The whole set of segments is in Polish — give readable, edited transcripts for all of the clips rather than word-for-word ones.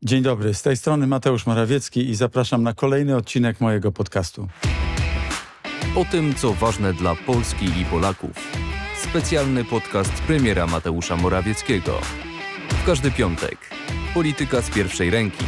Dzień dobry, z tej strony Mateusz Morawiecki i zapraszam na kolejny odcinek mojego podcastu. O tym, co ważne dla Polski i Polaków. Specjalny podcast premiera Mateusza Morawieckiego. W każdy piątek. Polityka z pierwszej ręki.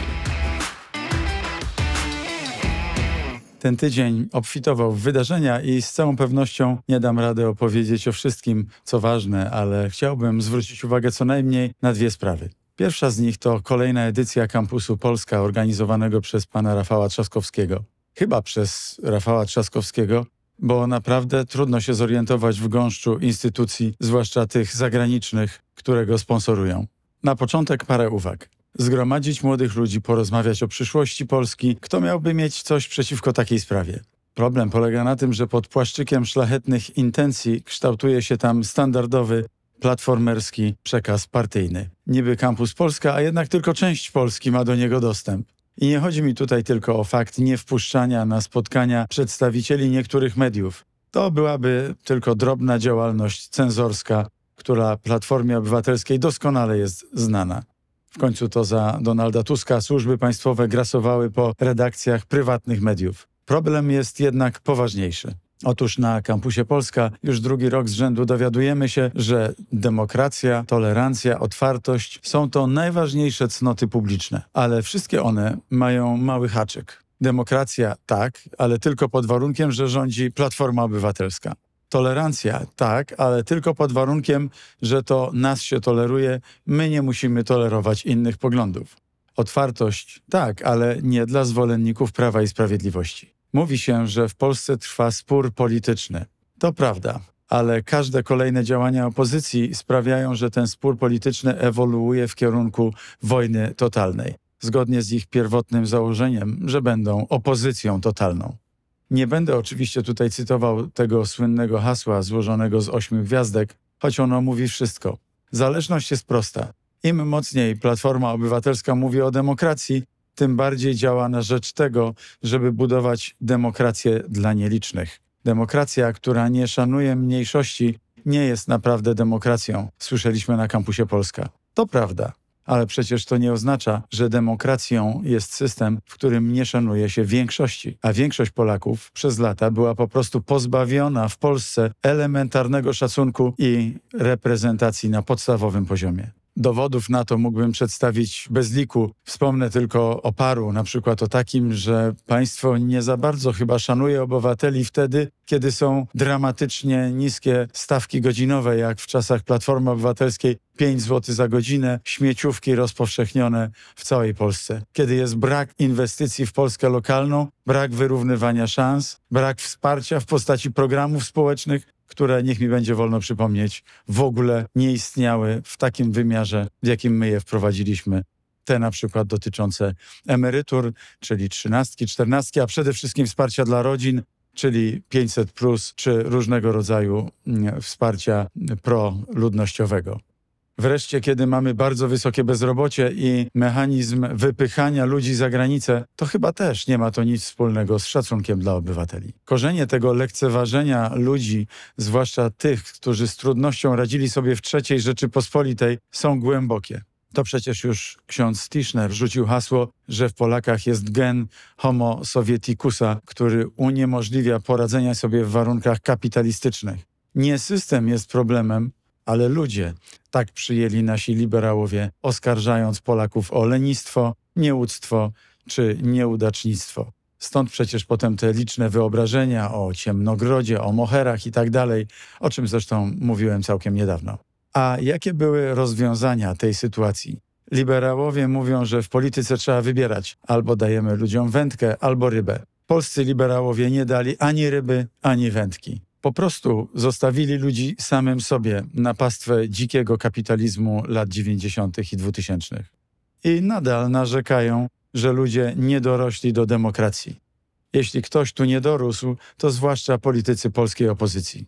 Ten tydzień obfitował w wydarzenia i z całą pewnością nie dam rady opowiedzieć o wszystkim, co ważne, ale chciałbym zwrócić uwagę co najmniej na dwie sprawy. Pierwsza z nich to kolejna edycja Kampusu Polska organizowanego przez pana Rafała Trzaskowskiego. Chyba przez Rafała Trzaskowskiego, bo naprawdę trudno się zorientować w gąszczu instytucji, zwłaszcza tych zagranicznych, które go sponsorują. Na początek parę uwag. Zgromadzić młodych ludzi, porozmawiać o przyszłości Polski. Kto miałby mieć coś przeciwko takiej sprawie? Problem polega na tym, że pod płaszczykiem szlachetnych intencji kształtuje się tam standardowy, platformerski przekaz partyjny. Niby Kampus Polska, a jednak tylko część Polski ma do niego dostęp. I nie chodzi mi tutaj tylko o fakt niewpuszczania na spotkania przedstawicieli niektórych mediów. To byłaby tylko drobna działalność cenzorska, która Platformie Obywatelskiej doskonale jest znana. W końcu to za Donalda Tuska służby państwowe grasowały po redakcjach prywatnych mediów. Problem jest jednak poważniejszy. Otóż na Kampusie Polska już drugi rok z rzędu dowiadujemy się, że demokracja, tolerancja, otwartość są to najważniejsze cnoty publiczne, ale wszystkie one mają mały haczyk. Demokracja tak, ale tylko pod warunkiem, że rządzi Platforma Obywatelska. Tolerancja tak, ale tylko pod warunkiem, że to nas się toleruje, my nie musimy tolerować innych poglądów. Otwartość tak, ale nie dla zwolenników Prawa i Sprawiedliwości. Mówi się, że w Polsce trwa spór polityczny. To prawda, ale każde kolejne działania opozycji sprawiają, że ten spór polityczny ewoluuje w kierunku wojny totalnej, zgodnie z ich pierwotnym założeniem, że będą opozycją totalną. Nie będę oczywiście tutaj cytował tego słynnego hasła złożonego z 8 gwiazdek, choć ono mówi wszystko. Zależność jest prosta. Im mocniej Platforma Obywatelska mówi o demokracji, tym bardziej działa na rzecz tego, żeby budować demokrację dla nielicznych. Demokracja, która nie szanuje mniejszości, nie jest naprawdę demokracją, słyszeliśmy na Kampusie Polska. To prawda, ale przecież to nie oznacza, że demokracją jest system, w którym nie szanuje się większości. A większość Polaków przez lata była po prostu pozbawiona w Polsce elementarnego szacunku i reprezentacji na podstawowym poziomie. Dowodów na to mógłbym przedstawić bez liku. Wspomnę tylko o paru, na przykład o takim, że państwo nie za bardzo chyba szanuje obywateli wtedy, kiedy są dramatycznie niskie stawki godzinowe, jak w czasach Platformy Obywatelskiej 5 zł za godzinę, śmieciówki rozpowszechnione w całej Polsce. Kiedy jest brak inwestycji w Polskę lokalną, brak wyrównywania szans, brak wsparcia w postaci programów społecznych, które, niech mi będzie wolno przypomnieć, w ogóle nie istniały w takim wymiarze, w jakim my je wprowadziliśmy. Te na przykład dotyczące emerytur, czyli 13, 14, a przede wszystkim wsparcia dla rodzin, czyli 500+, czy różnego rodzaju wsparcia proludnościowego. Wreszcie, kiedy mamy bardzo wysokie bezrobocie i mechanizm wypychania ludzi za granicę, to chyba też nie ma to nic wspólnego z szacunkiem dla obywateli. Korzenie tego lekceważenia ludzi, zwłaszcza tych, którzy z trudnością radzili sobie w III Rzeczypospolitej, są głębokie. To przecież już ksiądz Tischner rzucił hasło, że w Polakach jest gen homo sovieticusa, który uniemożliwia poradzenie sobie w warunkach kapitalistycznych. Nie system jest problemem, ale ludzie. Tak przyjęli nasi liberałowie, oskarżając Polaków o lenistwo, nieuctwo czy nieudacznictwo. Stąd przecież potem te liczne wyobrażenia o ciemnogrodzie, o moherach i tak dalej, o czym zresztą mówiłem całkiem niedawno. A jakie były rozwiązania tej sytuacji? Liberałowie mówią, że w polityce trzeba wybierać. Albo dajemy ludziom wędkę, albo rybę. Polscy liberałowie nie dali ani ryby, ani wędki. Po prostu zostawili ludzi samym sobie na pastwę dzikiego kapitalizmu lat 90. i 2000. I nadal narzekają, że ludzie nie dorośli do demokracji. Jeśli ktoś tu nie dorósł, to zwłaszcza politycy polskiej opozycji.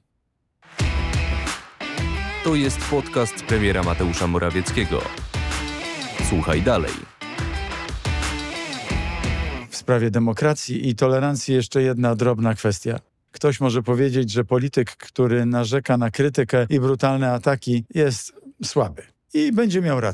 To jest podcast premiera Mateusza Morawieckiego. Słuchaj dalej. W sprawie demokracji i tolerancji jeszcze jedna drobna kwestia. Ktoś może powiedzieć, że polityk, który narzeka na krytykę i brutalne ataki, jest słaby. I będzie miał rację.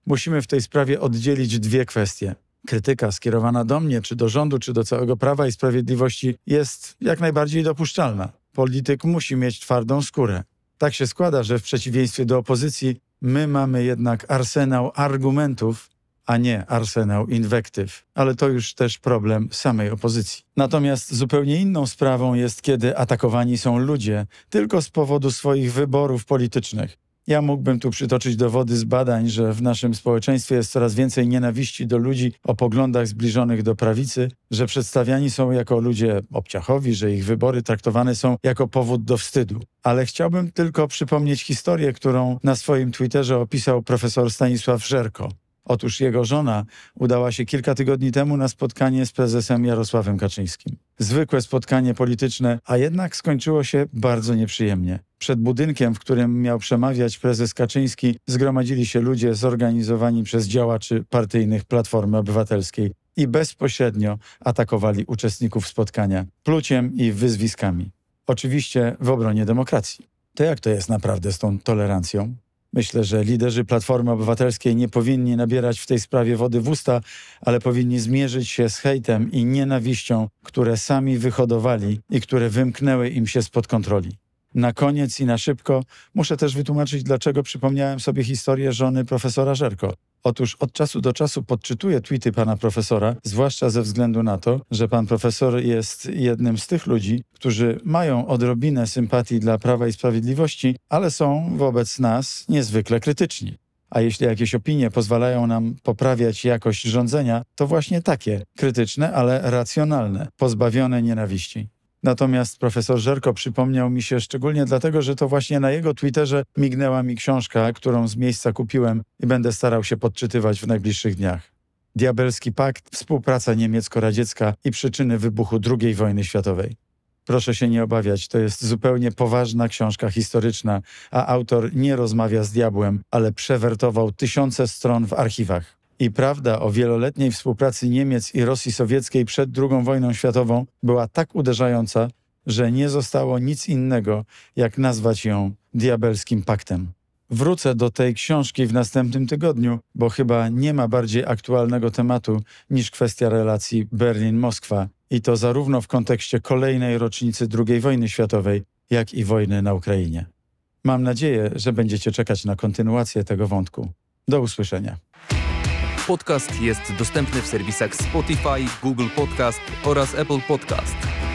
Musimy w tej sprawie oddzielić dwie kwestie. Krytyka skierowana do mnie, czy do rządu, czy do całego Prawa i Sprawiedliwości jest jak najbardziej dopuszczalna. Polityk musi mieć twardą skórę. Tak się składa, że w przeciwieństwie do opozycji my mamy jednak arsenał argumentów, a nie arsenał inwektyw. Ale to już też problem samej opozycji. Natomiast zupełnie inną sprawą jest, kiedy atakowani są ludzie tylko z powodu swoich wyborów politycznych. Ja mógłbym tu przytoczyć dowody z badań, że w naszym społeczeństwie jest coraz więcej nienawiści do ludzi o poglądach zbliżonych do prawicy, że przedstawiani są jako ludzie obciachowi, że ich wybory traktowane są jako powód do wstydu. Ale chciałbym tylko przypomnieć historię, którą na swoim Twitterze opisał profesor Stanisław Żerko. Otóż jego żona udała się kilka tygodni temu na spotkanie z prezesem Jarosławem Kaczyńskim. Zwykłe spotkanie polityczne, a jednak skończyło się bardzo nieprzyjemnie. Przed budynkiem, w którym miał przemawiać prezes Kaczyński, zgromadzili się ludzie zorganizowani przez działaczy partyjnych Platformy Obywatelskiej i bezpośrednio atakowali uczestników spotkania pluciem i wyzwiskami. Oczywiście w obronie demokracji. To jak to jest naprawdę z tą tolerancją? Myślę, że liderzy Platformy Obywatelskiej nie powinni nabierać w tej sprawie wody w usta, ale powinni zmierzyć się z hejtem i nienawiścią, które sami wyhodowali i które wymknęły im się spod kontroli. Na koniec i na szybko muszę też wytłumaczyć, dlaczego przypomniałem sobie historię żony profesora Żerko. Otóż od czasu do czasu podczytuję tweety pana profesora, zwłaszcza ze względu na to, że pan profesor jest jednym z tych ludzi, którzy mają odrobinę sympatii dla Prawa i Sprawiedliwości, ale są wobec nas niezwykle krytyczni. A jeśli jakieś opinie pozwalają nam poprawiać jakość rządzenia, to właśnie takie, krytyczne, ale racjonalne, pozbawione nienawiści. Natomiast profesor Żerko przypomniał mi się szczególnie dlatego, że to właśnie na jego Twitterze mignęła mi książka, którą z miejsca kupiłem i będę starał się podczytywać w najbliższych dniach. Diabelski Pakt, współpraca niemiecko-radziecka i przyczyny wybuchu II wojny światowej. Proszę się nie obawiać, to jest zupełnie poważna książka historyczna, a autor nie rozmawia z diabłem, ale przewertował tysiące stron w archiwach. I prawda o wieloletniej współpracy Niemiec i Rosji Sowieckiej przed II wojną światową była tak uderzająca, że nie zostało nic innego, jak nazwać ją diabelskim paktem. Wrócę do tej książki w następnym tygodniu, bo chyba nie ma bardziej aktualnego tematu niż kwestia relacji Berlin-Moskwa i to zarówno w kontekście kolejnej rocznicy II wojny światowej, jak i wojny na Ukrainie. Mam nadzieję, że będziecie czekać na kontynuację tego wątku. Do usłyszenia. Podcast jest dostępny w serwisach Spotify, Google Podcast oraz Apple Podcast.